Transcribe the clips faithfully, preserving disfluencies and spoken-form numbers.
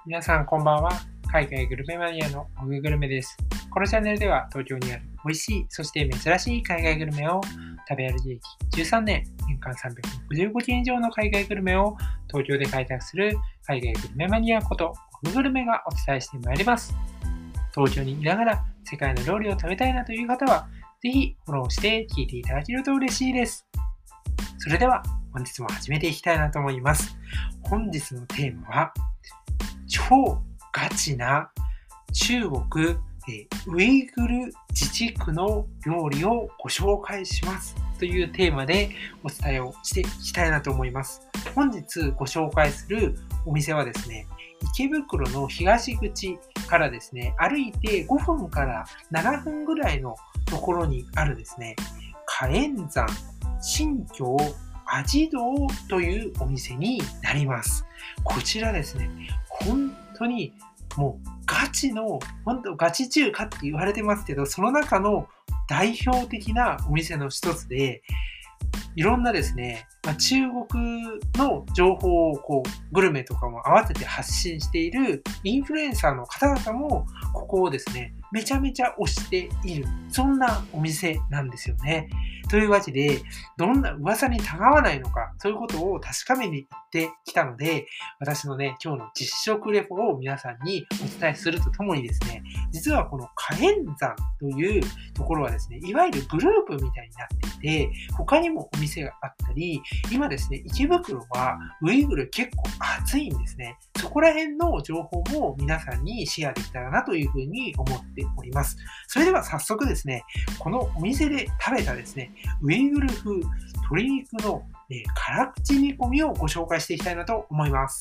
皆さんこんばんは。海外グルメマニアのオググルメです。このチャンネルでは東京にある美味しい、そして珍しい海外グルメを食べ歩き歴じゅうさんねん、年間さんびゃくろくじゅうごけん以上の海外グルメを東京で開拓する海外グルメマニアことオググルメがお伝えしてまいります。東京にいながら世界の料理を食べたいなという方は、ぜひフォローして聞いていただけると嬉しいです。それでは本日も始めていきたいなと思います。本日のテーマは、超ガチな中国、えウイグル自治区の料理をご紹介しますというテーマでお伝えをしていきたいなと思います。本日ご紹介するお店はですね、池袋の東口からですね、歩いてごふんからななふんぐらいのところにあるですね、火炎山新京味堂というお店になります。こちらですね、本当にもうガチの、本当ガチ中華って言われてますけど、その中の代表的なお店の一つで、いろんなですね、まあ、中国の情報をこうグルメとかも合わせて発信しているインフルエンサーの方々もここをですね、めちゃめちゃ推している、そんなお店なんですよね。というわけで、どんな噂にたがわないのか、そういうことを確かめに行ってきたので、私のね、今日の実食レポを皆さんにお伝えするとともにですね、実はこの火炎山というところはですね、いわゆるグループみたいになっていて、他にもお店があったり、今ですね、池袋はウイグル結構暑いんですね。そこら辺の情報も皆さんにシェアできたらなというふうに思っております。それでは早速ですね、このお店で食べたですね、ウイグル風鶏肉の、ね、辛口煮込みをご紹介していきたいなと思います。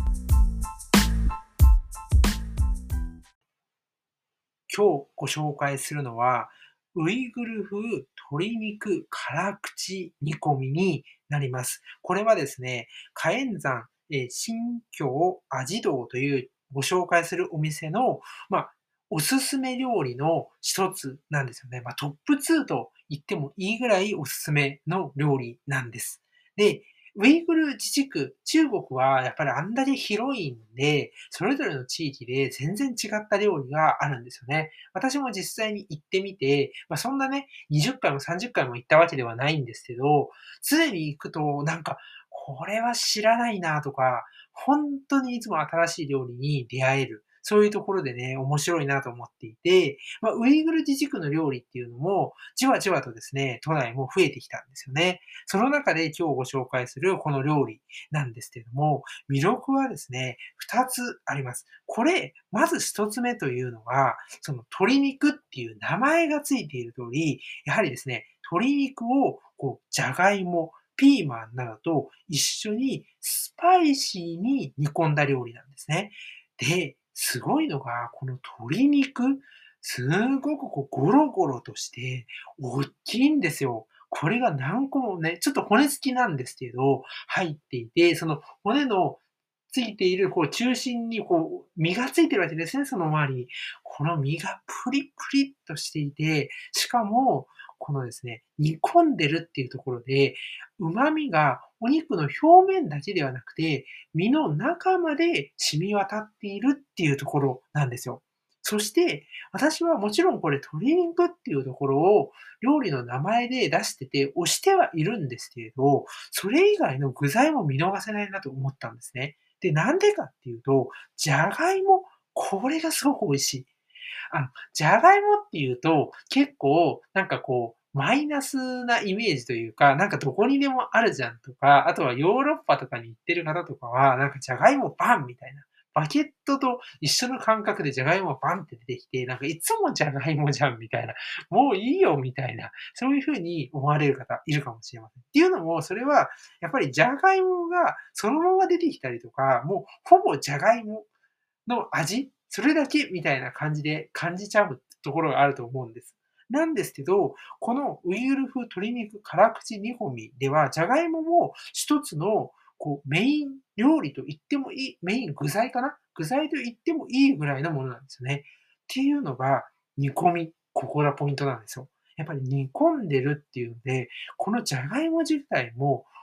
今日ご紹介するのは、ウイグル風鶏肉辛口煮込みになります。これはですね、火炎山、えー新京味堂というご紹介するお店の、まあ、おすすめ料理の一つなんですよね。まあ、トップツーと言ってもいいぐらいおすすめの料理なんです。で、ウイグル自治区、中国はやっぱりあんだけ広いんで、それぞれの地域で全然違った料理があるんですよね。私も実際に行ってみて、まあ、そんなね、にじゅっかいもさんじゅっかいも行ったわけではないんですけど、常に行くとなんか、これは知らないなとか、本当にいつも新しい料理に出会える。そういうところでね、面白いなと思っていて、まあ、ウイグル自治区の料理っていうのも、じわじわとですね、都内も増えてきたんですよね。その中で今日ご紹介するこの料理なんですけれども、魅力はですね、ふたつあります。これ、まずひとつめというのが、その鶏肉っていう名前がついている通り、やはりですね、鶏肉をこう、じゃがいも、ピーマンなどと一緒にスパイシーに煮込んだ料理なんですね。で、すごいのが、この鶏肉、すごくこうゴロゴロとして大きいんですよ。これが何個もね、ちょっと骨付きなんですけど、入っていて、その骨のついているこう中心にこう身がついてるわけですね、その周りに。この身がプリプリっとしていて、しかも、このですね、煮込んでるっていうところで、旨味がお肉の表面だけではなくて、身の中まで染み渡っているっていうところなんですよ。そして、私はもちろんこれ鶏肉っていうところを料理の名前で出してて推してはいるんですけれど、それ以外の具材も見逃せないなと思ったんですね。で、なんでかっていうと、じゃがいも、これがすごく美味しい。あの、じゃがいもっていうと、結構なんかこう、マイナスなイメージというか、なんかどこにでもあるじゃんとか、あとはヨーロッパとかに行ってる方とかは、なんかじゃがいもバンみたいな。バケットと一緒の感覚でじゃがいもバンって出てきて、なんかいつもじゃがいもじゃんみたいな。もういいよみたいな。そういう風に思われる方いるかもしれません。っていうのも、それはやっぱりじゃがいもがそのまま出てきたりとか、もうほぼじゃがいもの味、それだけみたいな感じで感じちゃうところがあると思うんです。なんですけど、このウイグル風鶏肉辛口煮込みでは、じゃがいもも一つのこうメイン料理と言ってもいい、メイン具材かな具材と言ってもいいぐらいのものなんですよね。っていうのが煮込み、ここがポイントなんですよ。やっぱり煮込んでるっていうので、このじゃがいも自体も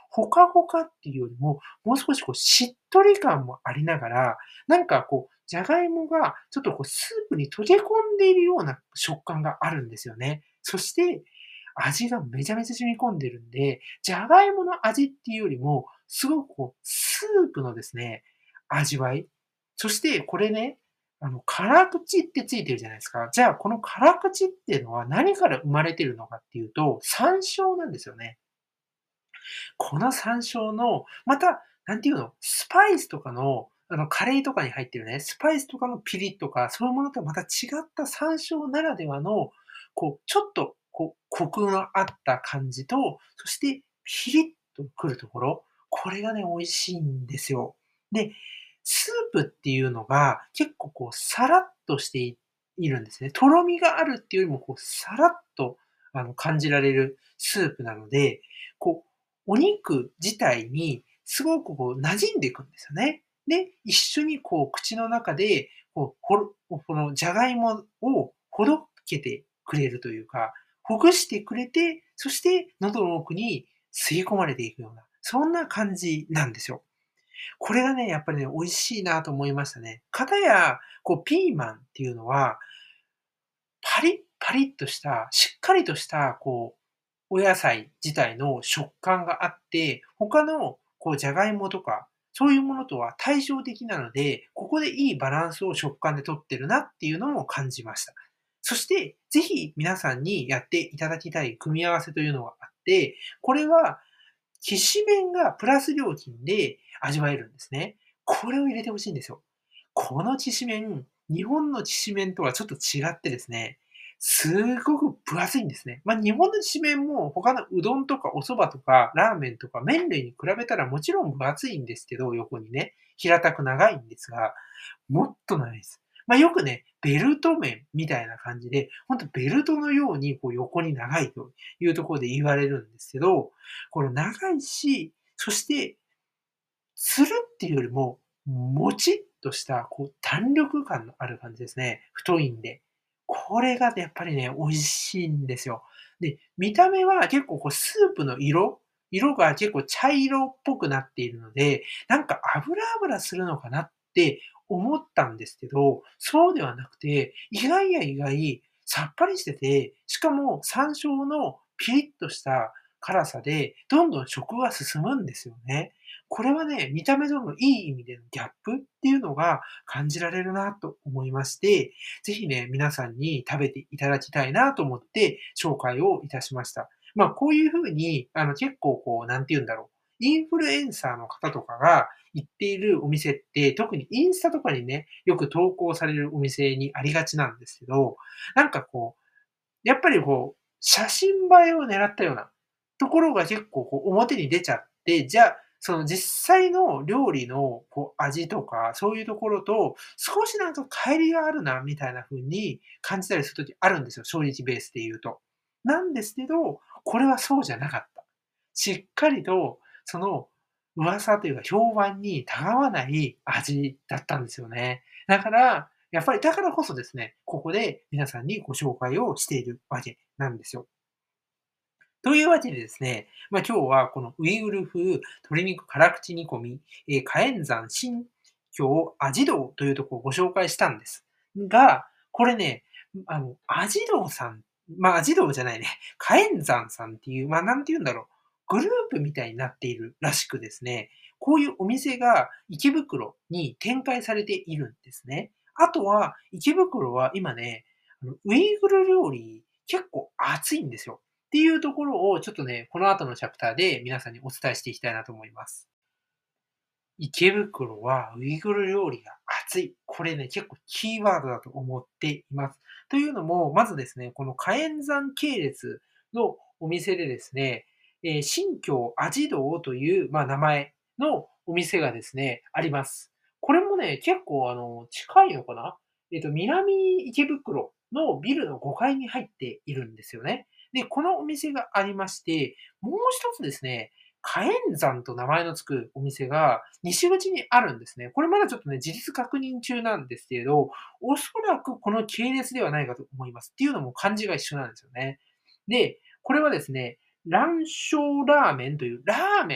ほかほかっていうよりも、もう少しこうしっとり感もありながら、なんかこう、じゃがいもがちょっとこうスープに溶け込んでいるような食感があるんですよね。そして、味がめちゃめちゃ染み込んでるんで、じゃがいもの味っていうよりも、すごくこう、スープのですね、味わい。そしてこれね、あの、辛口ってついてるじゃないですか。じゃあ、この辛口っていうのは何から生まれてるのかっていうと、山椒なんですよね。この山椒の、また、なんていうの、スパイスとかの、あの、カレーとかに入ってるね、スパイスとかのピリッとか、そういうものとはまた違った山椒ならではの、こう、ちょっと、こう、コクのあった感じと、そしてピリッとくるところ、これがね、美味しいんですよ。で、スープっていうのが結構こうサラッとしていいるんですね。とろみがあるっていうよりも、こうサラッとあの感じられるスープなので、こうお肉自体にすごくこう馴染んでいくんですよね。で、一緒にこう口の中で、こう、ほろこのじゃがいもをほどけてくれるというか、ほぐしてくれて、そして喉の奥に吸い込まれていくような、そんな感じなんですよ。これがね、やっぱりね、美味しいなと思いましたね。かたや、こうピーマンっていうのは、パリッパリッとした、しっかりとした、こう、お野菜自体の食感があって、他のこうじゃがいもとか、そういうものとは対照的なので、ここでいいバランスを食感で取ってるなっていうのも感じました。そして、ぜひ皆さんにやっていただきたい組み合わせというのがあって、これはきしめんがプラス料金で味わえるんですね。これを入れて欲しいんですよ。このきしめん、日本のきしめんとはちょっと違ってですね、すごく分厚いんですね。ま、日本のきしめんも他のうどんとかお蕎麦とかラーメンとか麺類に比べたらもちろん分厚いんですけど、横にね、平たく長いんですが、もっと長いです。ま、よくね、ベルト麺みたいな感じで、ほんとベルトのようにこう横に長いというところで言われるんですけど、この長いし、そしてつるっていうよりも、もちっとした、こう、弾力感のある感じですね。太いんで。これがね、やっぱりね、美味しいんですよ。で、見た目は結構こうスープの色色が結構茶色っぽくなっているので、なんか油油するのかなって思ったんですけど、そうではなくて、意外や意外、さっぱりしてて、しかも山椒のピリッとした辛さで、どんどん食が進むんですよね。これはね、見た目とのいい意味でのギャップっていうのが感じられるなと思いまして、ぜひね、皆さんに食べていただきたいなと思って紹介をいたしました。まあ、こういう風に、あの、結構こう、なんて言うんだろう、インフルエンサーの方とかが行っているお店って、特にインスタとかにね、よく投稿されるお店にありがちなんですけど、なんかこう、やっぱりこう、写真映えを狙ったようなところが結構こう表に出ちゃって、じゃあ、その実際の料理のこう味とか、そういうところと少しなんか乖離があるなみたいな風に感じたりする時あるんですよ、正直ベースで言うと。なんですけど、これはそうじゃなかった。しっかりとその噂というか評判にたがわない味だったんですよね。だから、やっぱりだからこそですね、ここで皆さんにご紹介をしているわけなんですよ。というわけでですね、まあ、今日はこのウイグル風鶏肉辛口煮込み、えー、火炎山新京味堂というところをご紹介したんです。が、これね、あの、味堂さん、まあ、味堂じゃないね、火炎山さんっていう、まあ、なんて言うんだろう、グループみたいになっているらしくですね、こういうお店が池袋に展開されているんですね。あとは、池袋は今ね、あのウイグル料理結構熱いんですよ。っていうところをちょっとね、この後のチャプターで皆さんにお伝えしていきたいなと思います。池袋はウイグル料理が熱い。これね、結構キーワードだと思っています。というのも、まずですね、この火炎山系列のお店でですね、えー新京味堂という、まあ、名前のお店がですね、あります。これもね、結構あの、近いのかな。えっと、南池袋のビルのごかいに入っているんですよね。で、このお店がありまして、もう一つですね、火炎山と名前の付くお店が西口にあるんですね。これまだちょっとね、事実確認中なんですけれど、おそらくこの系列ではないかと思います。っていうのも漢字が一緒なんですよね。で、これはですね、蘭椒ラーメンというラーメン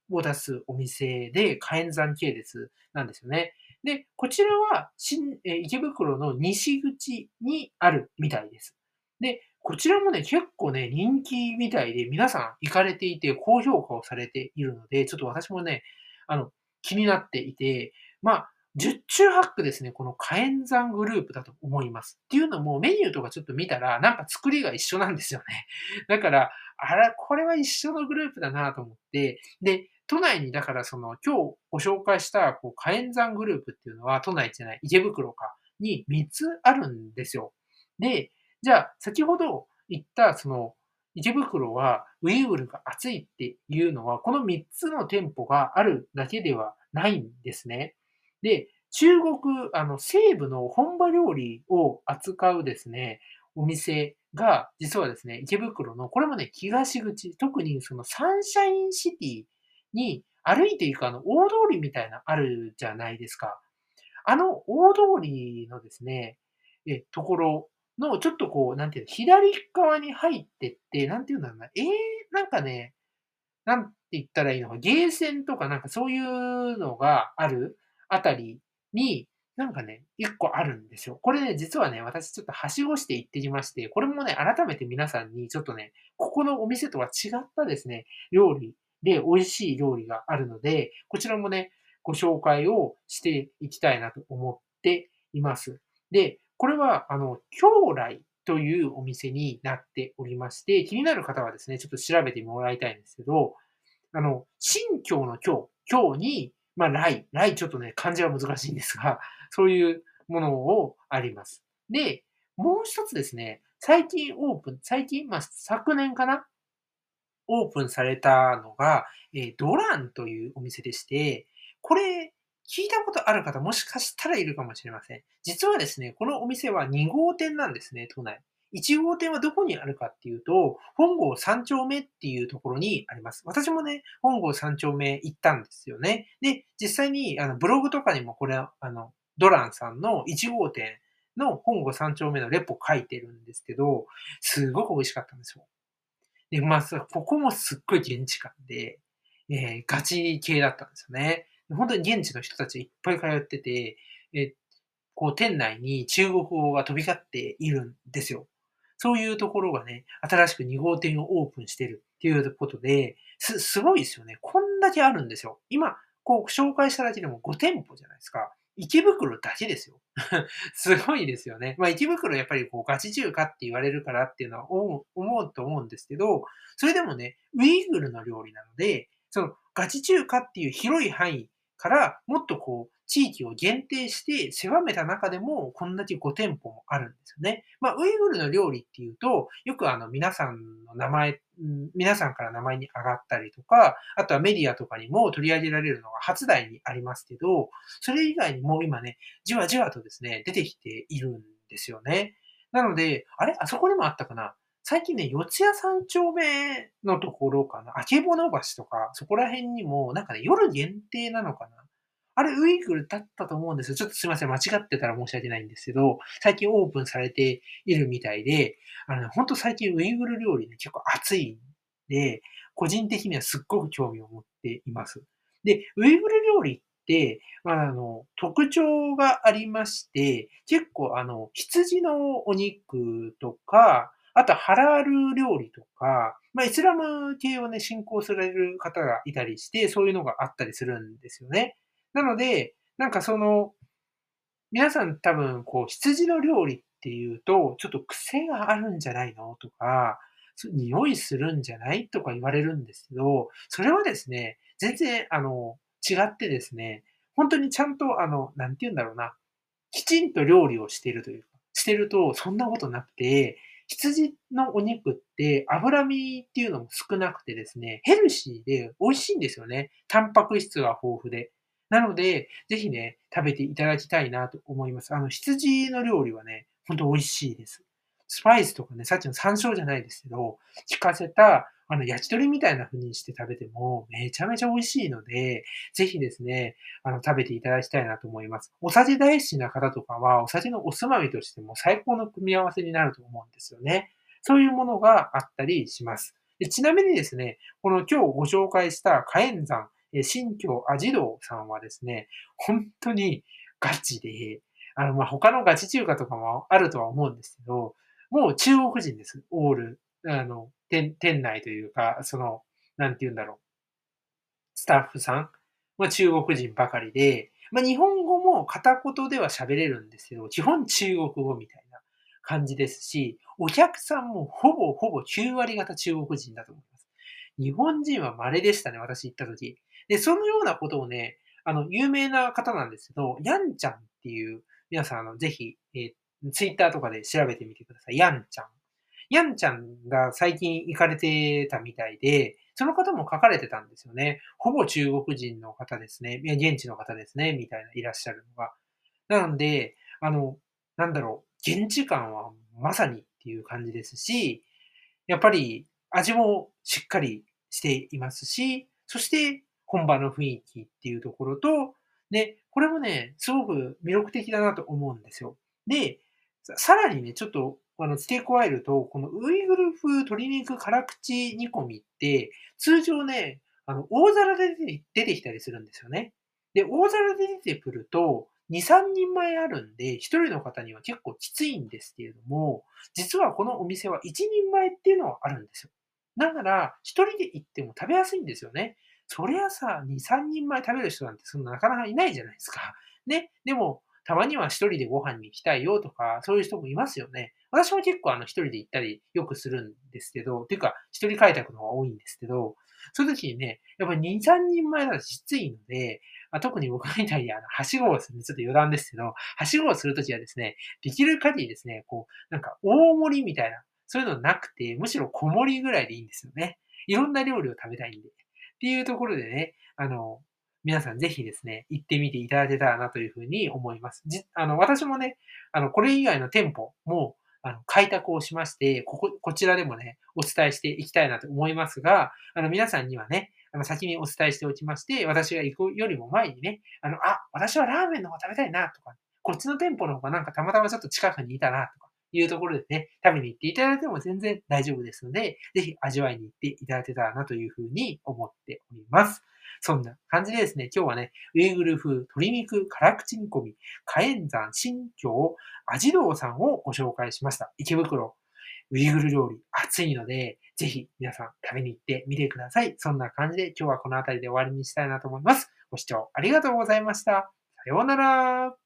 を出すお店で、火焔山系列なんですよね。で、こちらは、新え、池袋の西口にあるみたいです。で、こちらもね、結構ね、人気みたいで、皆さん行かれていて、高評価をされているので、ちょっと私もね、あの、気になっていて、まあ、十中八九ですね、この火焔山グループだと思います。っていうのも、メニューとかちょっと見たら、なんか作りが一緒なんですよね。だから、あら、これは一緒のグループだなと思って、で、都内にだからその、今日ご紹介した、こう、火焔山グループっていうのは、都内じゃない、池袋か、にみっつあるんですよ。で、じゃあ、先ほど言ったその、池袋はウイグルが熱いっていうのは、このみっつの店舗があるだけではないんですね。で、中国、あの、西部の本場料理を扱うですね、お店が、実はですね、池袋の、これもね、東口、特にそのサンシャインシティに歩いて行くあの大通りみたいなあるじゃないですか。あの大通りのですね、え、ところのちょっとこう、なんていうの、左側に入ってって、なんていうんだろうな、ええ、なんかね、なんて言ったらいいのか、ゲーセンとかなんかそういうのがあるあたりに、なんかね、いっこあるんですよ。これね、実はね、私ちょっとはしごして行ってきまして、これもね、改めて皆さんにちょっとね、ここのお店とは違ったですね、料理で美味しい料理があるので、こちらもね、ご紹介をしていきたいなと思っています。で、これはあの、京来というお店になっておりまして、気になる方はですね、ちょっと調べてもらいたいんですけど、あの、新京の京、京に、まあ、来、来ちょっとね、漢字は難しいんですが、そういうものをあります。で、もう一つですね、最近オープン最近、まあ、昨年かな、オープンされたのが、えードランというお店でして、これ、聞いたことある方、もしかしたらいるかもしれません。実はですね、このお店はに号店なんですね、都内。いち号店はどこにあるかっていうと、本郷さん丁目っていうところにあります。私もね、本郷さん丁目行ったんですよね。で、実際にあのブログとかにもこれ、あの、ドランさんのいち号店の本郷さん丁目のレポ書いてるんですけど、すごく美味しかったんですよ。で、まあ、そここもすっごい現地感で、ええ、ガチ系だったんですよね。ほんとに現地の人たちいっぱい通ってて、え、こう店内に中国語が飛び交っているんですよ。そういうところがね、新しくに号店をオープンしてるっていうことで、すすごいですよね。こんだけあるんですよ。今、こう紹介しただけでもご店舗じゃないですか。池袋だけですよ。すごいですよね。まあ、池袋やっぱりこうガチ中華って言われるからっていうのは思う思うと思うんですけど、それでもね、ウイグルの料理なので、そのガチ中華っていう広い範囲から、もっとこう地域を限定して狭めた中でも、こんだけご店舗もあるんですよね。まあ、ウイグルの料理っていうと、よくあの皆さんの名前ん、皆さんから名前に上がったりとか、あとはメディアとかにも取り上げられるのが初台にありますけど、それ以外にも今ね、じわじわとですね、出てきているんですよね。なので、あれ、あそこにもあったかな。最近ね、四谷三丁目のところかな、あけぼの橋とか、そこら辺にも、なんかね、夜限定なのかな。あれ、ウイグルだったと思うんですよ。ちょっとすいません、間違ってたら申し訳ないんですけど、最近オープンされているみたいで、あのね、ほんと最近ウイグル料理ね、結構熱いんで、個人的にはすっごく興味を持っています。で、ウイグル料理って、まあ、あの、特徴がありまして、結構あの、羊のお肉とか、あとハラール料理とか、まあ、イスラム系をね、信仰される方がいたりして、そういうのがあったりするんですよね。なので、なんかその、皆さん多分こう羊の料理っていうと、ちょっと癖があるんじゃないのとか、そ匂いするんじゃないとか言われるんですけど、それはですね、全然あの、違ってですね、ほんとにちゃんとあの、何て言うんだろうな、きちんと料理をしているというかしてるとそんなことなくて、羊のお肉って脂身っていうのも少なくてですね、ヘルシーで美味しいんですよね。タンパク質が豊富で。なので、ぜひね、食べていただきたいなと思います。あの、羊の料理はね、ほんと美味しいです。スパイスとかね、さっきの山椒じゃないですけど、効かせた、あの、焼き鳥みたいな風にして食べてもめちゃめちゃ美味しいので、ぜひですね、あの、食べていただきたいなと思います。お酒大好きな方とかは、お酒のおつまみとしても最高の組み合わせになると思うんですよね。そういうものがあったりします。で、ちなみにですね、この今日ご紹介した火焔山え、新京味堂さんはですね、ほんとにガチで、あの、ま、他のガチ中華とかもあるとは思うんですけど、もう中国人です。オール、あの、店店内というか、その、なんて言うんだろう、スタッフさんは中国人ばかりで、ま、日本語も片言では喋れるんですけど、基本中国語みたいな感じですし、お客さんもほぼほぼきゅう割方中国人だと思います。日本人は稀でしたね、私行った時。で、そのようなことをね、あの、有名な方なんですけど、ヤンちゃんっていう、皆さんあの、ぜひ、え、ツイッターとかで調べてみてください。ヤンちゃん。ヤンちゃんが最近行かれてたみたいで、その方も書かれてたんですよね。ほぼ中国人の方ですね。いや、現地の方ですね、みたいないらっしゃるのが。なので、あの、なんだろう、現地感はまさにっていう感じですし、やっぱり味もしっかりしていますし、そして本場の雰囲気っていうところと、ね、これもね、すごく魅力的だなと思うんですよ。で、ささらにね、ちょっとあの付け加えると、このウイグル風鶏肉辛口煮込みって、通常ね、あの大皿で出て出てきたりするんですよね。で、大皿で出てくると、に、さんにんまえあるんで、ひとりの方には結構きついんですけれども、実はこのお店はいちにんまえっていうのはあるんですよ。だから、ひとりで行っても食べやすいんですよね。そりゃさ、に、さんにんまえ食べる人なんてそんななかなかいないじゃないですか。ね。でも、たまにはひとりでご飯に行きたいよとか、そういう人もいますよね。私も結構あのひとりで行ったりよくするんですけど、ていうか、ひとり開拓の方が多いんですけど、そういう時にね、やっぱりに、さんにんまえだときついので、あ、特に僕みたいにあの、はしごをするちょっと余談ですけど、はしごをするときはですね、できる限りですね、こう、なんか大盛りみたいな、そういうのなくて、むしろ小盛りぐらいでいいんですよね。いろんな料理を食べたいんで。っていうところでね、あの、皆さんぜひですね、行ってみていただけたらなというふうに思います。じあの、私もね、あの、これ以外の店舗も、あの、開拓をしまして、こここちらでもね、お伝えしていきたいなと思いますが、あの、皆さんにはね、あの、先にお伝えしておきまして、私が行くよりも前にね、あの、あ、私はラーメンの方食べたいなとか、こっちの店舗の方がなんかたまたまちょっと近くにいたなとかいうところでね、食べに行っていただいても全然大丈夫ですので、ぜひ味わいに行っていただけたらなというふうに思っております。そんな感じでですね、今日はね、ウイグル風鶏肉辛口煮込み、火炎山新京味堂さんをご紹介しました。池袋、ウイグル料理熱いので、ぜひ皆さん食べに行ってみてください。そんな感じで今日はこの辺りで終わりにしたいなと思います。ご視聴ありがとうございました。さようなら。